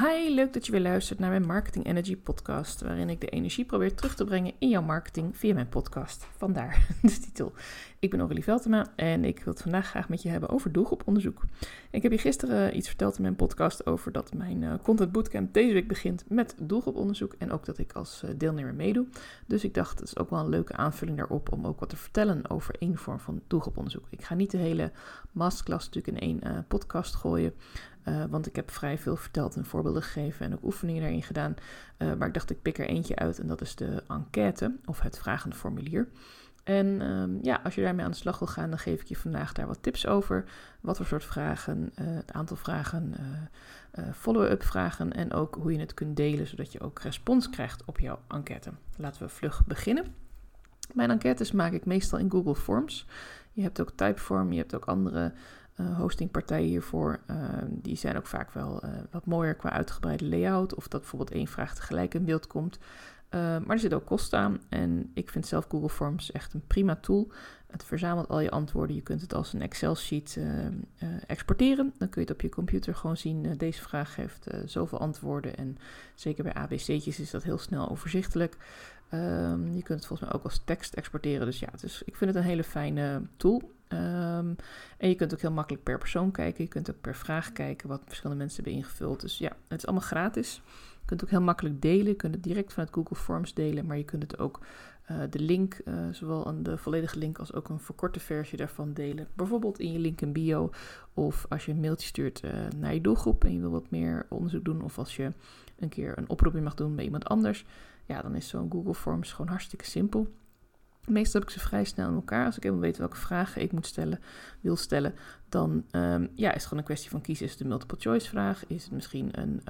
Hi, leuk dat je weer luistert naar mijn Marketing Energy podcast, waarin ik de energie probeer terug te brengen in jouw marketing via mijn podcast. Vandaar de titel. Ik ben Aurélie Veltema en ik wil het vandaag graag met je hebben over doelgroeponderzoek. Ik heb je gisteren iets verteld in mijn podcast over dat mijn Content Bootcamp deze week begint met doelgroeponderzoek en ook dat ik als deelnemer meedoe. Dus ik dacht, het is ook wel een leuke aanvulling daarop om ook wat te vertellen over één vorm van doelgroeponderzoek. Ik ga niet de hele masterclass natuurlijk in één podcast gooien. Want ik heb vrij veel verteld en voorbeelden gegeven en ook oefeningen daarin gedaan. Maar ik dacht, ik pik er eentje uit en dat is de enquête of het vragenformulier. En als je daarmee aan de slag wil gaan, dan geef ik je vandaag daar wat tips over. Wat voor soort vragen, het aantal vragen, follow-up vragen en ook hoe je het kunt delen, zodat je ook respons krijgt op jouw enquête. Laten we vlug beginnen. Mijn enquêtes maak ik meestal in Google Forms. Je hebt ook Typeform, je hebt ook andere hostingpartijen hiervoor. Die zijn ook vaak wel wat mooier qua uitgebreide layout. Of dat bijvoorbeeld één vraag tegelijk in beeld komt. Maar er zit ook kosten aan. En ik vind zelf Google Forms echt een prima tool. Het verzamelt al je antwoorden. Je kunt het als een Excel-sheet exporteren. Dan kun je het op je computer gewoon zien. Deze vraag heeft zoveel antwoorden. En zeker bij ABC'tjes is dat heel snel overzichtelijk. Je kunt het volgens mij ook als tekst exporteren. Dus ja, ik vind het een hele fijne tool. En je kunt ook heel makkelijk per persoon kijken. Je kunt ook per vraag kijken wat verschillende mensen hebben ingevuld. Dus ja, het is allemaal gratis. Je kunt het ook heel makkelijk delen. Je kunt het direct vanuit Google Forms delen. Maar je kunt het ook de link, zowel de volledige link als ook een verkorte versie daarvan delen. Bijvoorbeeld in je link in bio. Of als je een mailtje stuurt naar je doelgroep en je wil wat meer onderzoek doen. Of als je een keer een oproepje mag doen bij iemand anders. Ja, dan is zo'n Google Forms gewoon hartstikke simpel. Meestal heb ik ze vrij snel in elkaar. Als ik helemaal weet welke vragen ik wil stellen, dan is het gewoon een kwestie van kiezen. Is het een multiple choice vraag? Is het misschien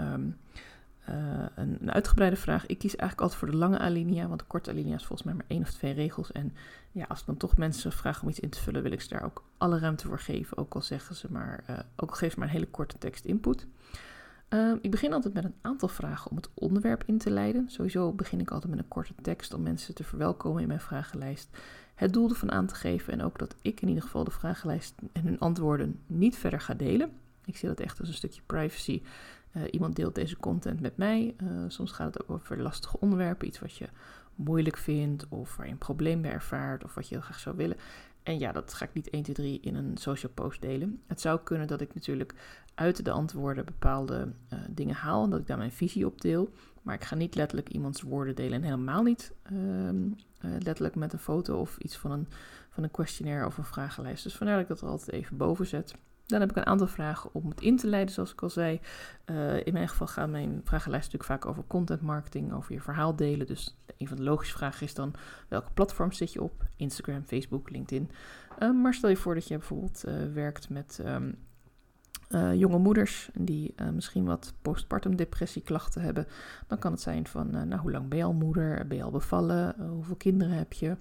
een uitgebreide vraag? Ik kies eigenlijk altijd voor de lange alinea, want de korte alinea is volgens mij maar 1 of 2 regels. En ja, als ik dan toch mensen vraag om iets in te vullen, wil ik ze daar ook alle ruimte voor geven. Ook al geven ze maar een hele korte tekst input. Ik begin altijd met een aantal vragen om het onderwerp in te leiden. Sowieso begin ik altijd met een korte tekst om mensen te verwelkomen in mijn vragenlijst. Het doel ervan aan te geven en ook dat ik in ieder geval de vragenlijst en hun antwoorden niet verder ga delen. Ik zie dat echt als een stukje privacy. Iemand deelt deze content met mij. Soms gaat het ook over lastige onderwerpen. Iets wat je moeilijk vindt of waar je een probleem bij ervaart of wat je heel graag zou willen. En ja, dat ga ik niet 1, 2, 3 in een social post delen. Het zou kunnen dat ik natuurlijk uit de antwoorden bepaalde dingen haal en dat ik daar mijn visie op deel. Maar ik ga niet letterlijk iemands woorden delen en helemaal niet letterlijk met een foto of iets van een questionnaire of een vragenlijst. Dus vandaar dat ik dat er altijd even boven zet. Dan heb ik een aantal vragen om het in te leiden, zoals ik al zei. In mijn geval gaat mijn vragenlijst natuurlijk vaak over content marketing, over je verhaal delen. Dus een van de logische vragen is dan, welke platform zit je op? Instagram, Facebook, LinkedIn. Maar stel je voor dat je bijvoorbeeld werkt met jonge moeders die misschien wat postpartum depressieklachten hebben. Dan kan het zijn van, hoe lang ben je al moeder? Ben je al bevallen? Hoeveel kinderen heb je?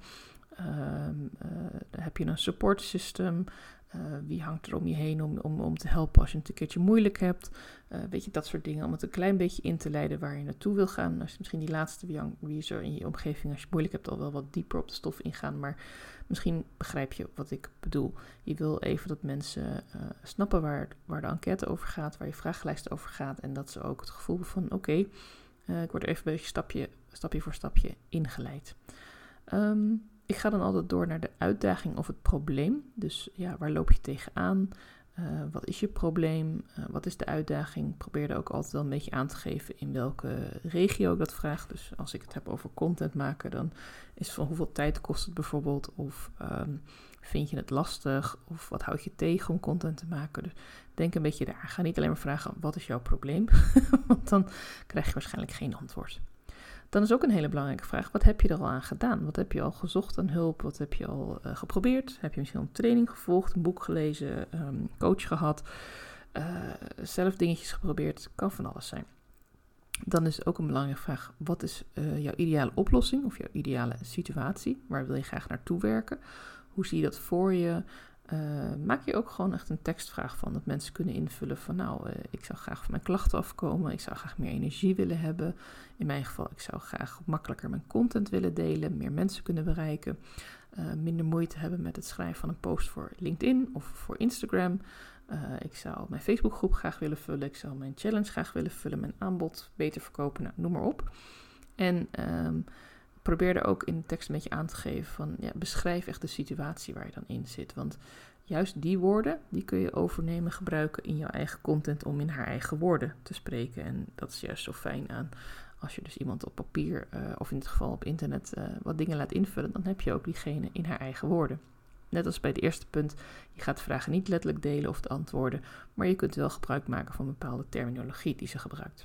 Heb je een support system? Wie hangt er om je heen om te helpen als je het een keertje moeilijk hebt? Weet je, dat soort dingen. Om het een klein beetje in te leiden waar je naartoe wil gaan. Als je misschien die laatste, wie is er in je omgeving, als je het moeilijk hebt, al wel wat dieper op de stof ingaan. Maar misschien begrijp je wat ik bedoel. Je wil even dat mensen snappen waar de enquête over gaat, waar je vragenlijst over gaat. En dat ze ook het gevoel hebben van, oké, ik word er even een beetje stapje voor stapje ingeleid. Ik ga dan altijd door naar de uitdaging of het probleem. Dus ja, waar loop je tegenaan? Wat is je probleem? Wat is de uitdaging? Probeer er ook altijd wel een beetje aan te geven in welke regio ik dat vraag. Dus als ik het heb over content maken, dan is het van hoeveel tijd kost het bijvoorbeeld? Of vind je het lastig? Of wat houd je tegen om content te maken? Dus denk een beetje daar. Ga niet alleen maar vragen, wat is jouw probleem? Want dan krijg je waarschijnlijk geen antwoord. Dan is ook een hele belangrijke vraag, wat heb je er al aan gedaan? Wat heb je al gezocht aan hulp? Wat heb je al geprobeerd? Heb je misschien een training gevolgd, een boek gelezen, coach gehad, zelf dingetjes geprobeerd? Kan van alles zijn. Dan is ook een belangrijke vraag, wat is jouw ideale oplossing of jouw ideale situatie? Waar wil je graag naartoe werken? Hoe zie je dat voor je? Maak je ook gewoon echt een tekstvraag van, dat mensen kunnen invullen van ik zou graag van mijn klachten afkomen, ik zou graag meer energie willen hebben. In mijn geval, ik zou graag makkelijker mijn content willen delen, meer mensen kunnen bereiken, minder moeite hebben met het schrijven van een post voor LinkedIn of voor Instagram. Ik zou mijn Facebookgroep graag willen vullen. Ik zou mijn challenge graag willen vullen. Mijn aanbod beter verkopen. Nou, noem maar op. En probeer er ook in de tekst een beetje aan te geven van, beschrijf echt de situatie waar je dan in zit. Want juist die woorden, die kun je overnemen, gebruiken in jouw eigen content om in haar eigen woorden te spreken. En dat is juist zo fijn aan als je dus iemand op papier of in dit geval op internet wat dingen laat invullen, dan heb je ook diegene in haar eigen woorden. Net als bij het eerste punt, je gaat de vragen niet letterlijk delen of de antwoorden, maar je kunt wel gebruik maken van bepaalde terminologie die ze gebruikt.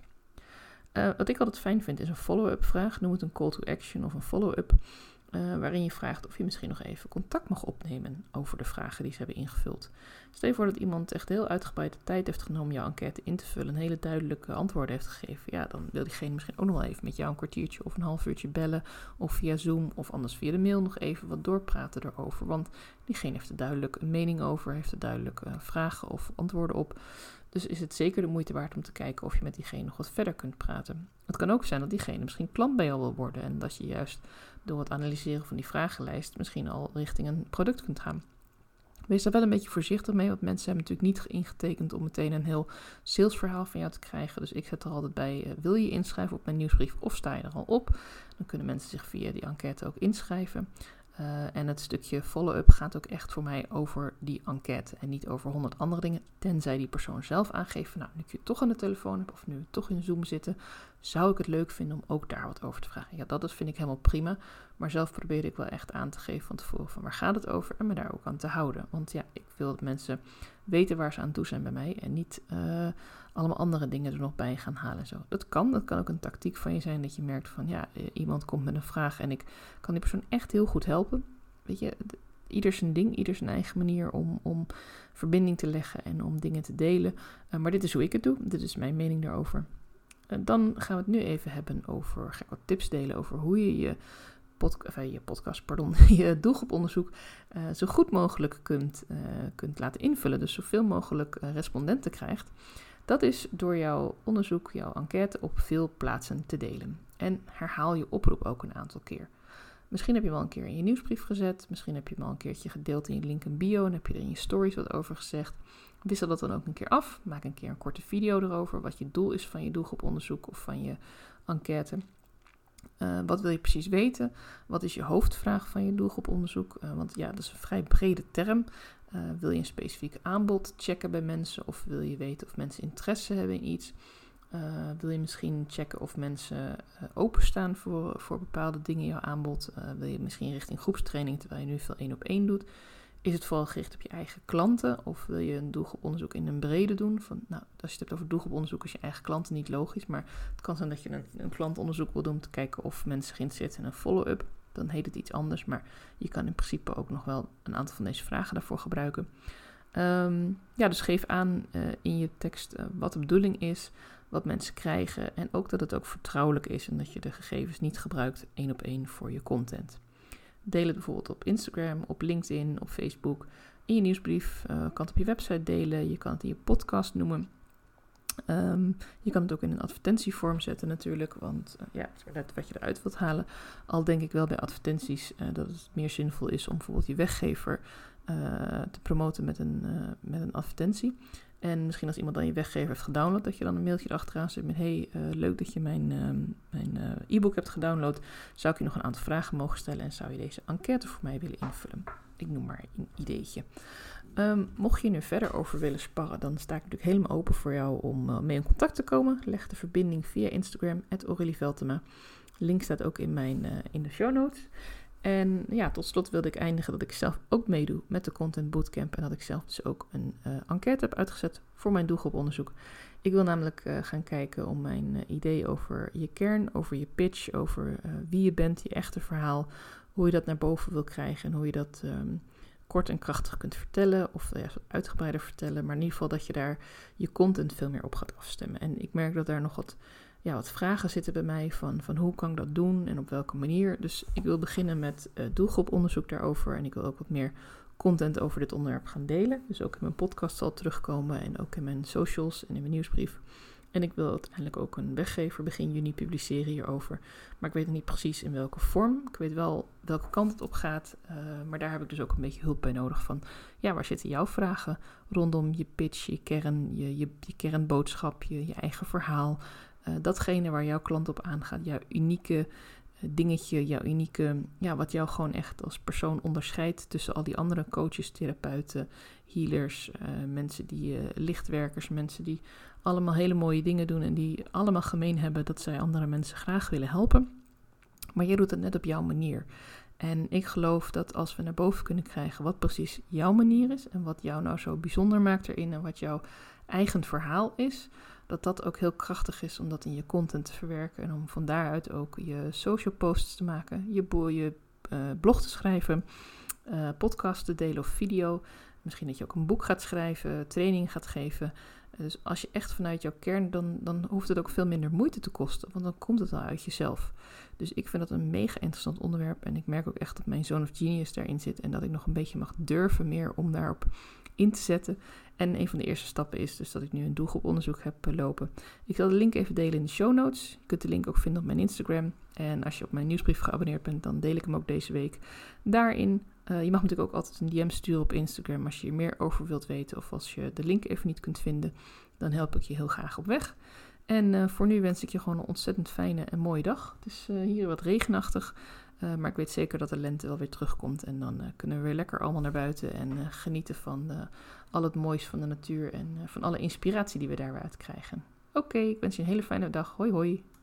Wat ik altijd fijn vind is een follow-up vraag, noem het een call to action of een follow-up, waarin je vraagt of je misschien nog even contact mag opnemen over de vragen die ze hebben ingevuld. Stel je voor dat iemand echt heel uitgebreid de tijd heeft genomen jouw enquête in te vullen, een hele duidelijke antwoorden heeft gegeven. Ja, dan wil diegene misschien ook nog wel even met jou een kwartiertje of een half uurtje bellen, of via Zoom of anders via de mail nog even wat doorpraten erover. Want diegene heeft er duidelijk een mening over, heeft er duidelijk vragen of antwoorden op. Dus is het zeker de moeite waard om te kijken of je met diegene nog wat verder kunt praten. Het kan ook zijn dat diegene misschien klant bij jou wil worden en dat je juist door het analyseren van die vragenlijst misschien al richting een product kunt gaan. Wees daar wel een beetje voorzichtig mee, want mensen hebben natuurlijk niet ingetekend om meteen een heel salesverhaal van jou te krijgen. Dus ik zet er altijd bij, wil je inschrijven op mijn nieuwsbrief of sta je er al op? Dan kunnen mensen zich via die enquête ook inschrijven. En het stukje follow-up gaat ook echt voor mij over die enquête en niet over 100 andere dingen. Tenzij die persoon zelf aangeeft, nou, nu ik je toch aan de telefoon heb of nu we toch in Zoom zitten, zou ik het leuk vinden om ook daar wat over te vragen. Ja, dat vind ik helemaal prima. Maar zelf probeer ik wel echt aan te geven van tevoren van waar gaat het over en me daar ook aan te houden. Want ja, ik wil dat mensen weten waar ze aan toe zijn bij mij en niet allemaal andere dingen er nog bij gaan halen en zo. Dat kan ook een tactiek van je zijn dat je merkt van iemand komt met een vraag en ik kan die persoon echt heel goed helpen. Weet je, ieder zijn ding, ieder zijn eigen manier om verbinding te leggen en om dingen te delen. Maar dit is hoe ik het doe, dit is mijn mening daarover. Dan gaan we het nu even hebben over, ga ik wat tips delen over hoe je je doelgroeponderzoek zo goed mogelijk kunt laten invullen. Dus zoveel mogelijk respondenten krijgt. Dat is door jouw onderzoek, jouw enquête op veel plaatsen te delen. En herhaal je oproep ook een aantal keer. Misschien heb je hem al een keer in je nieuwsbrief gezet. Misschien heb je hem al een keertje gedeeld in je link in bio en heb je er in je stories wat over gezegd. Wissel dat dan ook een keer af. Maak een keer een korte video erover wat je doel is van je doelgroeponderzoek of van je enquête. Wat wil je precies weten? Wat is je hoofdvraag van je doelgroeponderzoek? Want dat is een vrij brede term. Wil je een specifiek aanbod checken bij mensen? Of wil je weten of mensen interesse hebben in iets? Wil je misschien checken of mensen openstaan voor bepaalde dingen in jouw aanbod? Wil je misschien richting groepstraining terwijl je nu veel 1-op-1 doet? Is het vooral gericht op je eigen klanten? Of wil je een doelgroeponderzoek in een brede doen? Als je het hebt over doelgroeponderzoek is je eigen klanten niet logisch. Maar het kan zijn dat je een klantonderzoek wil doen om te kijken of mensen geïnteresseerd zijn in een follow-up. Dan heet het iets anders. Maar je kan in principe ook nog wel een aantal van deze vragen daarvoor gebruiken. Dus geef aan in je tekst wat de bedoeling is. Wat mensen krijgen. En ook dat het ook vertrouwelijk is. En dat je de gegevens niet gebruikt 1-op-1 voor je content. Deel het bijvoorbeeld op Instagram, op LinkedIn, op Facebook, in je nieuwsbrief. Je kan het op je website delen, je kan het in je podcast noemen. Je kan het ook in een advertentievorm zetten natuurlijk, want het is net wat je eruit wilt halen. Al denk ik wel bij advertenties dat het meer zinvol is om bijvoorbeeld je weggever te promoten met een advertentie. En misschien als iemand dan je weggever heeft gedownload, dat je dan een mailtje erachteraan zet met leuk dat je mijn e-book hebt gedownload. Zou ik je nog een aantal vragen mogen stellen en zou je deze enquête voor mij willen invullen? Ik noem maar een ideetje. Mocht je nu verder over willen sparren, dan sta ik natuurlijk helemaal open voor jou om mee in contact te komen. Leg de verbinding via Instagram, @AurelieVeltema. Link staat ook in de show notes. En tot slot wilde ik eindigen dat ik zelf ook meedoe met de Content Bootcamp. En dat ik zelf dus ook een enquête heb uitgezet voor mijn doelgroeponderzoek. Ik wil namelijk gaan kijken om mijn idee over je kern, over je pitch, over wie je bent, je echte verhaal. Hoe je dat naar boven wil krijgen en hoe je dat kort en krachtig kunt vertellen. Of wat uitgebreider vertellen. Maar in ieder geval dat je daar je content veel meer op gaat afstemmen. En ik merk dat daar nog wat vragen zitten bij mij van hoe kan ik dat doen en op welke manier. Dus ik wil beginnen met doelgroeponderzoek daarover en ik wil ook wat meer content over dit onderwerp gaan delen. Dus ook in mijn podcast zal het terugkomen en ook in mijn socials en in mijn nieuwsbrief. En ik wil uiteindelijk ook een weggever begin juni publiceren hierover. Maar ik weet nog niet precies in welke vorm. Ik weet wel welke kant het op gaat. Maar daar heb ik dus ook een beetje hulp bij nodig van... Ja, waar zitten jouw vragen rondom je pitch, je kern, je kernboodschap, je eigen verhaal. Datgene waar jouw klant op aangaat. Jouw unieke dingetje, jouw unieke... Ja, wat jou gewoon echt als persoon onderscheidt tussen al die andere coaches, therapeuten, healers, mensen die lichtwerkers, mensen die allemaal hele mooie dingen doen en die allemaal gemeen hebben dat zij andere mensen graag willen helpen. Maar jij doet het net op jouw manier. En ik geloof dat als we naar boven kunnen krijgen wat precies jouw manier is en wat jou nou zo bijzonder maakt erin en wat jouw eigen verhaal is, dat dat ook heel krachtig is om dat in je content te verwerken en om van daaruit ook je social posts te maken, je blog te schrijven, podcast te delen of video. Misschien dat je ook een boek gaat schrijven, training gaat geven. Dus als je echt vanuit jouw kern, dan hoeft het ook veel minder moeite te kosten. Want dan komt het al uit jezelf. Dus ik vind dat een mega interessant onderwerp. En ik merk ook echt dat mijn Zone of Genius daarin zit. En dat ik nog een beetje mag durven meer om daarop in te zetten. En een van de eerste stappen is dus dat ik nu een doelgroeponderzoek heb lopen. Ik zal de link even delen in de show notes. Je kunt de link ook vinden op mijn Instagram. En als je op mijn nieuwsbrief geabonneerd bent, dan deel ik hem ook deze week daarin. Je mag natuurlijk ook altijd een DM sturen op Instagram als je er meer over wilt weten. Of als je de link even niet kunt vinden, dan help ik je heel graag op weg. En voor nu wens ik je gewoon een ontzettend fijne en mooie dag. Het is hier wat regenachtig, maar ik weet zeker dat de lente wel weer terugkomt. En dan kunnen we weer lekker allemaal naar buiten en genieten van al het moois van de natuur en van alle inspiratie die we daar weer uit krijgen. Oké, ik wens je een hele fijne dag. Hoi hoi.